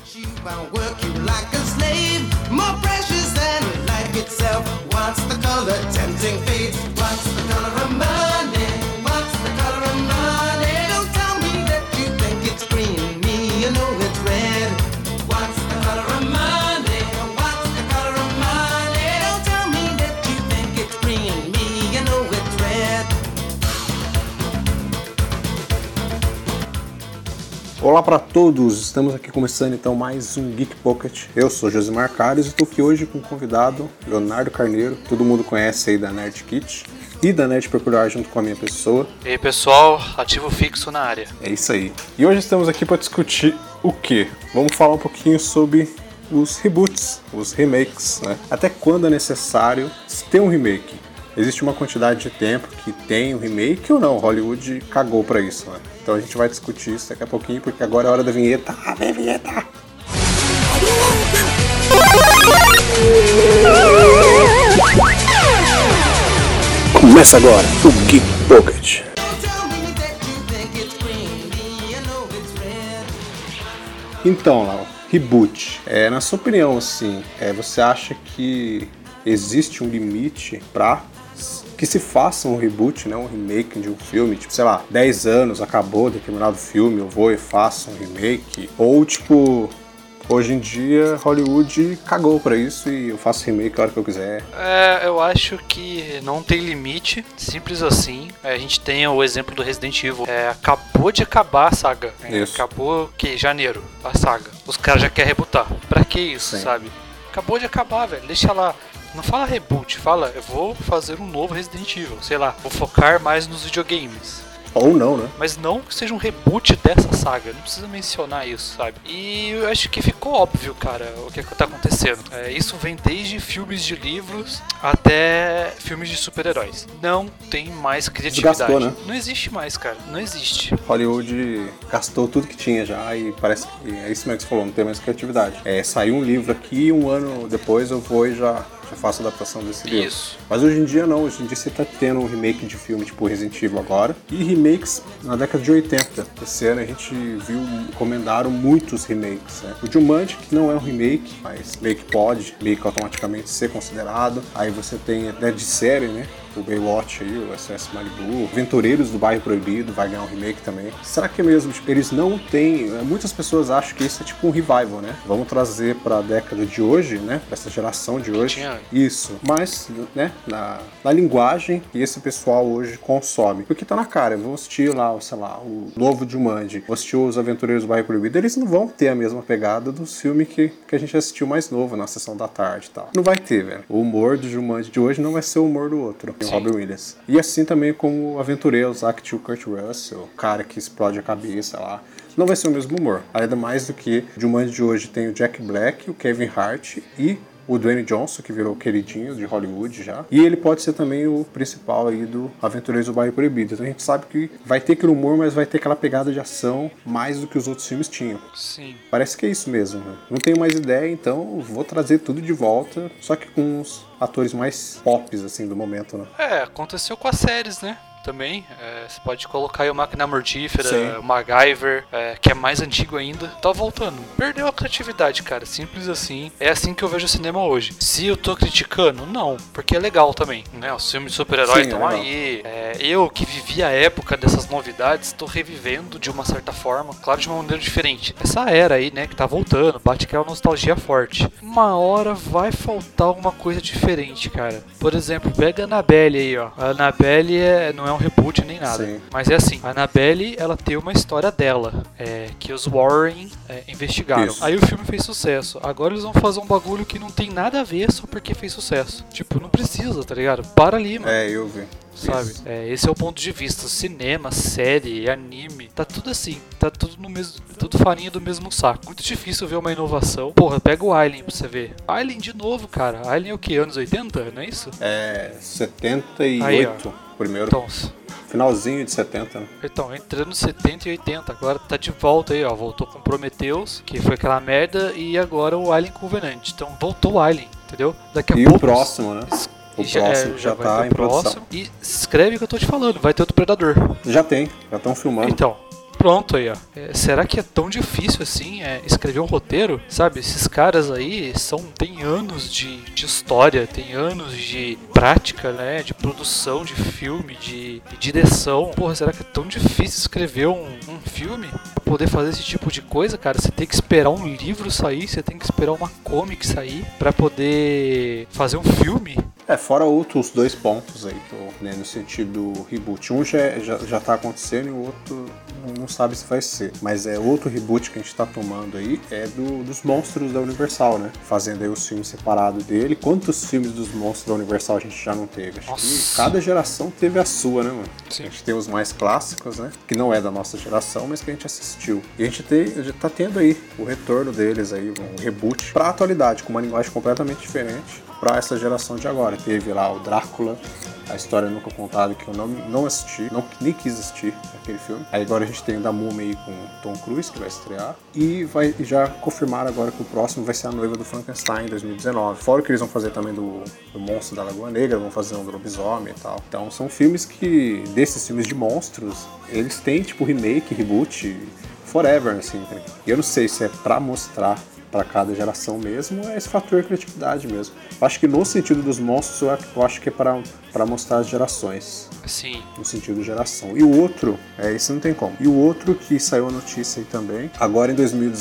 I'll work you like a slave, more precious than life itself. What's the color tempting fate? What's the color of money? What's the color of money? Don't tell me that you think it's green, me you know it's red. What's the color of money? What's the color of money? Don't tell me that you think it's green, me you know it's red. Olá para todos, estamos aqui começando então mais um Geek Pocket. Eu sou Josimar Carlos e estou aqui hoje com um convidado, Leonardo Carneiro, todo mundo conhece aí da Nerd Kit e da Nerd Peculiar junto com a minha pessoa. E aí pessoal, ativo fixo na área. É isso aí. E hoje estamos aqui para discutir o quê? Vamos falar um pouquinho sobre os reboots, os remakes, né? Até quando é necessário ter um remake? Existe uma quantidade de tempo que tem um remake ou não? Hollywood cagou pra isso, né? Então a gente vai discutir isso daqui a pouquinho, porque agora é a hora da vinheta. Vem, vinheta! Começa agora o Geek Pocket. Então, Lau, reboot. Na sua opinião, assim, você acha que existe um limite pra que se faça um reboot, né, um remake de um filme, tipo, sei lá, 10 anos, acabou determinado filme, eu vou e faço um remake, ou tipo, hoje em dia Hollywood cagou pra isso e eu faço remake a hora que eu quiser. Eu acho que não tem limite, simples assim. A gente tem o exemplo do Resident Evil, acabou de acabar a saga, acabou que janeiro, a saga, os caras já querem rebootar, pra que isso, Sim. sabe? Acabou de acabar, velho, deixa lá. Não fala reboot, fala, eu vou fazer um novo Resident Evil, sei lá, vou focar mais nos videogames. Ou não, né? Mas não que seja um reboot dessa saga, não precisa mencionar isso, sabe? E eu acho que ficou óbvio, cara, o que tá acontecendo. Isso vem desde filmes de livros até filmes de super-heróis. Não tem mais criatividade. Desgastou, né? Não existe mais, cara, não existe. Hollywood gastou tudo que tinha já e parece que é isso mesmo que você falou, não tem mais criatividade. Saiu um livro aqui, um ano depois eu vou e já faço a adaptação desse livro. Isso. Mas hoje em dia não, hoje em dia você tá tendo um remake de filme tipo Resident Evil agora e remakes na década de 80. Esse ano a gente viu, recomendaram muitos remakes, né? O Jumanji, que não é um remake, mas meio que pode, meio que automaticamente ser considerado. Aí você tem de série, né? O Baywatch aí, o SS Malibu, Aventureiros do Bairro Proibido vai ganhar um remake também. Será que é mesmo? Tipo, eles não têm... Muitas pessoas acham que isso é tipo um revival, né? Vamos trazer pra década de hoje, né? Pra essa geração de hoje. Isso. Mas, né? Na linguagem que esse pessoal hoje consome. Porque tá na cara. Eu vou assistir lá, sei lá, o novo Jumanji. Vou assistir os Aventureiros do Bairro Proibido. Eles não vão ter a mesma pegada dos filmes que a gente assistiu mais novo na sessão da tarde e tal. Não vai ter, velho. O humor do Jumanji de hoje não vai ser o humor do outro. O Robin Williams. E assim também como Aventureiros, lá que tinha o Kurt Russell, o cara que explode a cabeça lá. Não vai ser o mesmo humor. Ainda mais do que o Jumanji de hoje tem o Jack Black, o Kevin Hart e o Dwayne Johnson, que virou queridinho de Hollywood já. E ele pode ser também o principal aí do Aventureiros do Bairro Proibido. Então a gente sabe que vai ter aquele humor, mas vai ter aquela pegada de ação mais do que os outros filmes tinham. Sim. Parece que é isso mesmo, né? Não tenho mais ideia, então vou trazer tudo de volta, só que com os atores mais pops, assim, do momento, né? Aconteceu com as séries, né? Também, você pode colocar aí o Máquina Mortífera, Sim. o MacGyver, que é mais antigo ainda, tá voltando. Perdeu a criatividade, cara, simples assim. É assim que eu vejo o cinema hoje. Se eu tô criticando, não, porque é legal também, né? Os filmes de super-herói estão aí. Eu que vivi a época dessas novidades, tô revivendo de uma certa forma, claro, de uma maneira diferente. Essa era aí, né, que tá voltando, bate aquela nostalgia forte. Uma hora vai faltar alguma coisa diferente, cara. Por exemplo, pega a Annabelle aí, ó. A Annabelle não é um reboot nem nada. Sim. Mas é assim, a Annabelle, ela tem uma história dela, que os Warren investigaram. Isso. Aí o filme fez sucesso. Agora eles vão fazer um bagulho que não tem nada a ver só porque fez sucesso. Tipo, não precisa, tá ligado? Para ali, mano. Eu vi. Sabe? Esse é o ponto de vista. Cinema, série, anime, tá tudo assim. Tá tudo no mesmo. Tudo farinha do mesmo saco. Muito difícil ver uma inovação. Porra, pega o Alien pra você ver. Alien de novo, cara. Alien é o que? Anos 80? Não é isso? 78. Aí, ó. Primeiro. Então, Finalzinho de 70, né? Então, entrando 70 e 80, agora tá de volta aí, ó. Voltou com Prometheus, que foi aquela merda, e agora o Alien Covenant. Então, voltou o Alien, entendeu? Daqui a pouco. O próximo, né? O próximo já vai tá ter em o produção. próximo. E escreve o que eu tô te falando, vai ter outro Predador. Já estão filmando. Então, pronto aí, ó. Será que é tão difícil assim escrever um roteiro? Sabe, esses caras aí tem anos de história, tem anos de prática, né? De produção de filme, de direção. Porra, será que é tão difícil escrever um filme? Pra poder fazer esse tipo de coisa, cara, você tem que esperar um livro sair, você tem que esperar uma comic sair pra poder fazer um filme. Fora outros 2 pontos aí, né, no sentido reboot. Um já tá acontecendo e o outro não sabe se vai ser. Mas outro reboot que a gente tá tomando aí é dos monstros da Universal, né? Fazendo aí os filmes separados dele. Quantos filmes dos monstros da Universal a gente já não teve? Acho que cada geração teve a sua, né, mano? Sim. A gente tem os mais clássicos, né? Que não é da nossa geração, mas que a gente assistiu. E a gente tá tendo aí o retorno deles aí, um reboot pra atualidade, com uma linguagem completamente diferente pra essa geração de agora. Teve lá o Drácula, a história nunca contada, que eu não assisti, nem quis assistir aquele filme. Aí agora a gente tem o da Múmia aí com Tom Cruise, que vai estrear. E já confirmaram agora que o próximo vai ser a Noiva do Frankenstein, em 2019. Fora o que eles vão fazer também do Monstro da Lagoa Negra, vão fazer um do Lobisomem e tal. Então são filmes desses filmes de monstros, eles têm tipo remake, reboot, forever, assim. E eu não sei se é pra mostrar para cada geração mesmo, é esse fator criatividade mesmo. Eu acho que no sentido dos monstros, eu acho que é para mostrar as gerações. Sim. No sentido geração. E o outro, esse não tem como. E o outro que saiu a notícia aí também, agora em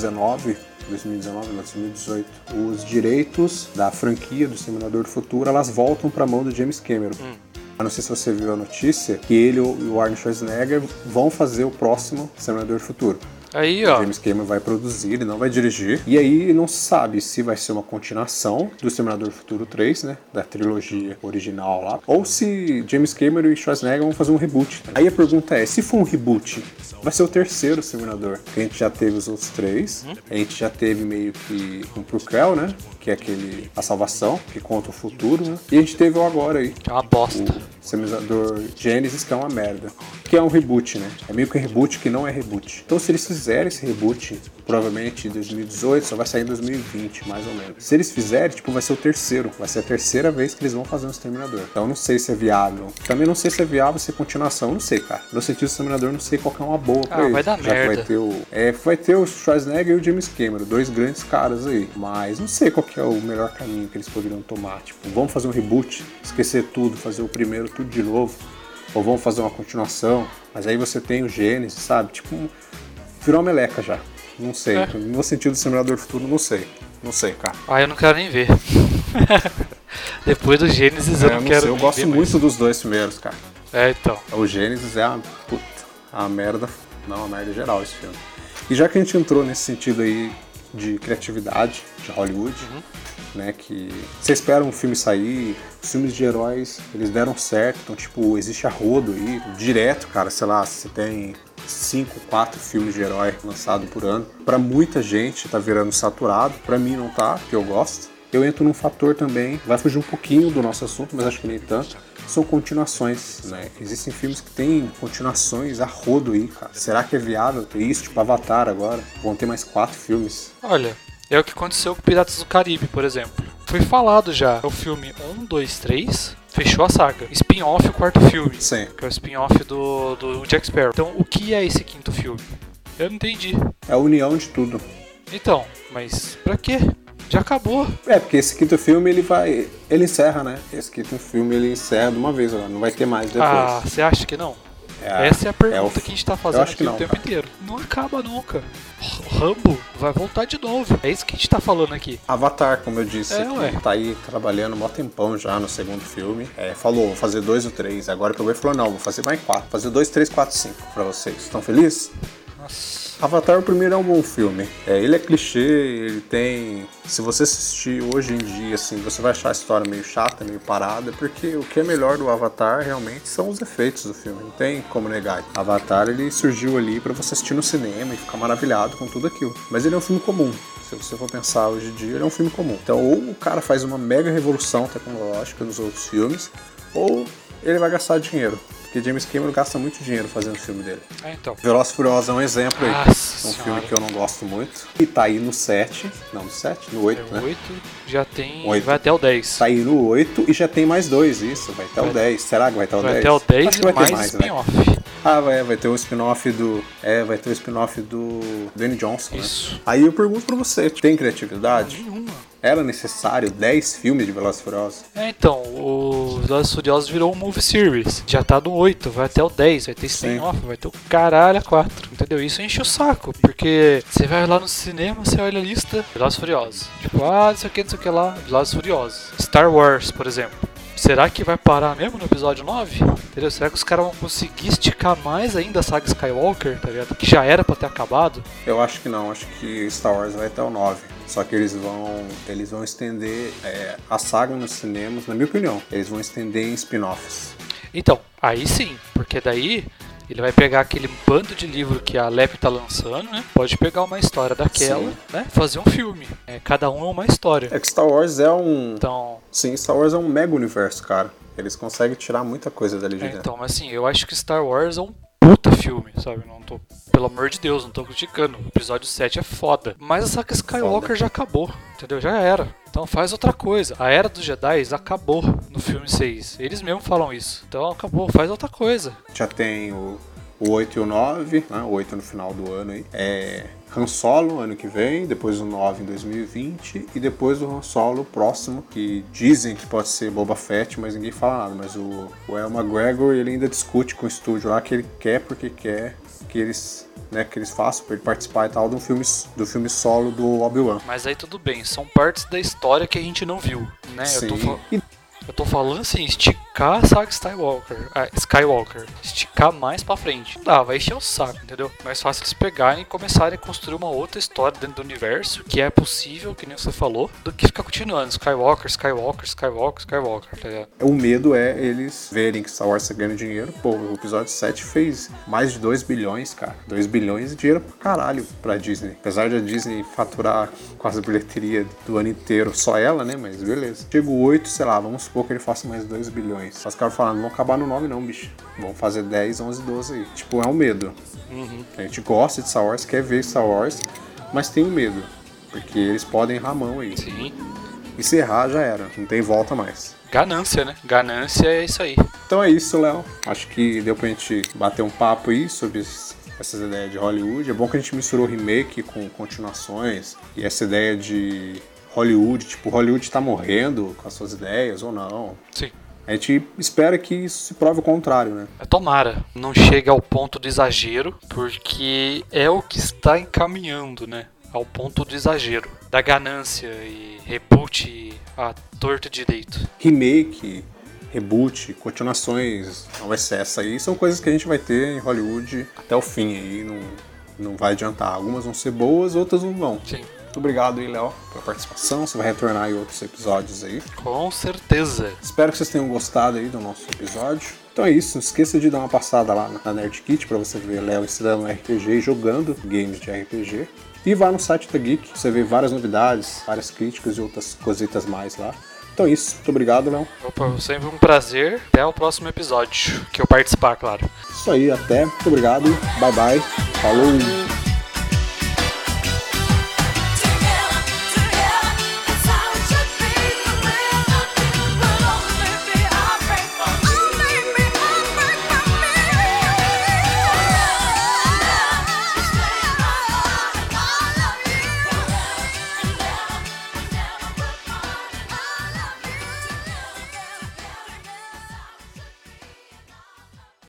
2018, os direitos da franquia do Exterminador do Futuro, elas voltam para a mão do James Cameron. Eu não sei se você viu a notícia, que ele e o Arnold Schwarzenegger vão fazer o próximo Exterminador do Futuro. Aí, ó. O James Cameron vai produzir, ele não vai dirigir. E aí não se sabe se vai ser uma continuação do Exterminador do Futuro 3, né? Da trilogia original lá. Ou se James Cameron e Schwarzenegger vão fazer um reboot. Aí a pergunta é, se for um reboot, vai ser o terceiro Exterminador. A gente já teve os outros 3. A gente já teve meio que um prequel, né? Que é aquele A Salvação, que conta o futuro, né? E a gente teve o agora aí. Que é uma bosta. O Exterminador Genesis, que é uma merda. Que é um reboot, né? É meio que um reboot que não é reboot. Então se eles fizerem esse reboot, provavelmente em 2018, só vai sair em 2020, mais ou menos. Se eles fizerem, tipo, vai ser o terceiro. Vai ser a terceira vez que eles vão fazer um Exterminador. Então eu não sei se é viável. Também não sei se é viável ser continuação. Eu não sei, cara. No sentido do Exterminador, eu não sei qual que é uma boa pra ele. Vai dar já merda. Que vai ter o Schwarzenegger e o James Cameron, 2 grandes caras aí. Mas não sei qual que é o melhor caminho que eles poderiam tomar. Tipo, vamos fazer um reboot, esquecer tudo, fazer o primeiro tudo de novo. Ou vamos fazer uma continuação, mas aí você tem o Gênesis, sabe? Tipo, virou uma meleca já. Não sei. No sentido do Exterminador do Futuro, não sei. Não sei, cara. Eu não quero nem ver. Depois do Gênesis eu não quero sei. Eu gosto muito mais. dos 2 primeiros, cara. Então. O Gênesis é a merda. Não, a merda geral esse filme. E já que a gente entrou nesse sentido aí de criatividade de Hollywood, né, que você espera um filme sair, os filmes de heróis, eles deram certo, então, tipo, existe a rodo aí, direto, cara, sei lá, você tem 5, 4 filmes de herói lançados por ano. Pra muita gente tá virando saturado, pra mim não tá, porque eu gosto. Eu entro num fator também, vai fugir um pouquinho do nosso assunto, mas acho que nem tanto, são continuações, né? Existem filmes que têm continuações a rodo aí, cara. Será que é viável ter isso? Tipo, Avatar agora, vão ter mais 4 filmes. Olha, é o que aconteceu com Piratas do Caribe, por exemplo. Foi falado já, o filme 1, 2, 3, fechou a saga. Spin-off, o 4º filme. Sim. Que é o spin-off do Jack Sparrow. Então, o que é esse 5º filme? Eu não entendi. É a união de tudo. Então, mas pra quê? Já acabou. Porque esse 5º filme, ele encerra, né? Esse 5º filme, ele encerra de uma vez agora, não vai ter mais depois. Você acha que não? Essa é a pergunta que a gente tá fazendo aqui o tempo inteiro. Não acaba nunca. O Rambo vai voltar de novo. É isso que a gente tá falando aqui. Avatar, como eu disse, tá aí trabalhando mó tempão já no 2º filme. Falou, vou fazer 2 ou 3. Agora pegou e falou, não, vou fazer mais 4. Fazer 2, 3, 4, 5 pra vocês. Estão felizes? Nossa. Avatar, o primeiro, é um bom filme. Ele é clichê, ele tem... Se você assistir hoje em dia, assim, você vai achar a história meio chata, meio parada, porque o que é melhor do Avatar, realmente, são os efeitos do filme. Não tem como negar. Avatar, ele surgiu ali pra você assistir no cinema e ficar maravilhado com tudo aquilo. Mas ele é um filme comum. Se você for pensar hoje em dia, ele é um filme comum. Então, ou o cara faz uma mega revolução tecnológica nos outros filmes, ou ele vai gastar dinheiro. Porque James Cameron gasta muito dinheiro fazendo o filme dele. Então. Velozes e Furiosos é um exemplo aí. Nossa um filme que eu não gosto muito. E tá aí no 7. Não, no 7? No 8, né? 8, já tem... 8. Vai até o 10. Tá aí no 8 e já tem mais 2, isso. Vai até o 10. Será que vai até o 10? Vai até o 10 Acho que vai mais ter mais, spin-off. né? Ah, vai ter o spin-off do... vai ter o spin-off do Dwayne Johnson, Isso. né? Aí eu pergunto pra você, tem criatividade? Nenhuma. Era necessário 10 filmes de Velozes e Furiosos? Então, o Velozes e Furiosos virou um movie series. Já tá do 8, vai até o 10, vai ter spin-off, vai ter o caralho a 4, entendeu? Isso enche o saco, porque você vai lá no cinema, você olha a lista, Velozes e Furiosos. Tipo, não sei o que lá, Velozes e Furiosos. Star Wars, por exemplo. Será que vai parar mesmo no episódio 9? Entendeu? Será que os caras vão conseguir esticar mais ainda a saga Skywalker, tá ligado? Que já era pra ter acabado? Eu acho que não, acho que Star Wars vai até o 9. Só que eles vão estender a saga nos cinemas, na minha opinião. Eles vão estender em spin-offs. Então, aí sim, porque daí ele vai pegar aquele bando de livro que a LEP tá lançando, né? Pode pegar uma história daquela, Sim. né? Fazer um filme. Cada um é uma história. É que Star Wars é um... Então, Sim, Star Wars é um mega universo, cara. Eles conseguem tirar muita coisa dali de dentro. então, mas assim, eu acho que Star Wars é um puta filme, sabe? Não tô, pelo amor de Deus, não tô criticando. O episódio 7 é foda. Mas a saga Skywalker já acabou, entendeu? Já era. Então faz outra coisa. A Era dos Jedi acabou no filme 6. Eles mesmos falam isso. Então acabou, faz outra coisa. Já tem o 8 e o 9, né? O 8 no final do ano aí. Han Solo ano que vem, depois o 9 em 2020 e depois o Han Solo próximo, que dizem que pode ser Boba Fett, mas ninguém fala nada. Mas o Ewan McGregor, ele ainda discute com o estúdio lá que ele quer porque quer que eles façam pra ele participar e tal do filme solo do Obi-Wan. Mas aí tudo bem, são partes da história que a gente não viu, né? Sim. Eu tô falando assim, esticar a saga Skywalker. Esticar mais pra frente. Não dá, vai encher o saco, entendeu? Mais fácil eles pegarem e começarem a construir uma outra história dentro do universo, que é possível, que nem você falou, do que ficar continuando. Skywalker, tá ligado? O medo é eles verem que Star Wars tá ganhando dinheiro. Pô, o episódio 7 fez mais de 2 bilhões, cara. 2 bilhões de dinheiro pra caralho pra Disney. Apesar de a Disney faturar quase a bilheteria do ano inteiro, só ela, né? Mas beleza. Chega o 8, sei lá, vamos supor que ele faça mais 2 bilhões. Os caras falam, não vão acabar no 9 não, bicho. Vão fazer 10, 11, 12 aí. Tipo, é um medo. A gente gosta de Star Wars, quer ver Star Wars, mas tem um medo. Porque eles podem errar a mão aí. Sim. E se errar, já era. Não tem volta mais. Ganância, né? Ganância é isso aí. Então é isso, Léo. Acho que deu pra gente bater um papo aí sobre essas ideias de Hollywood. É bom que a gente misturou remake com continuações. E essa ideia de Hollywood, tipo, Hollywood tá morrendo com as suas ideias ou não. Sim. A gente espera que isso se prove o contrário, né? Tomara, não chegue ao ponto do exagero, porque é o que está encaminhando, né? Ao ponto do exagero, da ganância e reboot a torto direito. Remake, reboot, continuações ao excesso aí, são coisas que a gente vai ter em Hollywood até o fim aí, não vai adiantar. Algumas vão ser boas, outras não vão. Sim. Muito obrigado aí, Léo, pela participação. Você vai retornar em outros episódios aí. Com certeza. Espero que vocês tenham gostado aí do nosso episódio. Então é isso, não esqueça de dar uma passada lá na Nerd Kit pra você ver Léo ensinando RPG e jogando games de RPG. E vá no site da Geek, você vê várias novidades, várias críticas e outras cositas mais lá. Então é isso, muito obrigado, Léo. Opa, sempre um prazer. Até o próximo episódio, que eu participar, claro. Isso aí, até. Muito obrigado. Bye bye. Falou.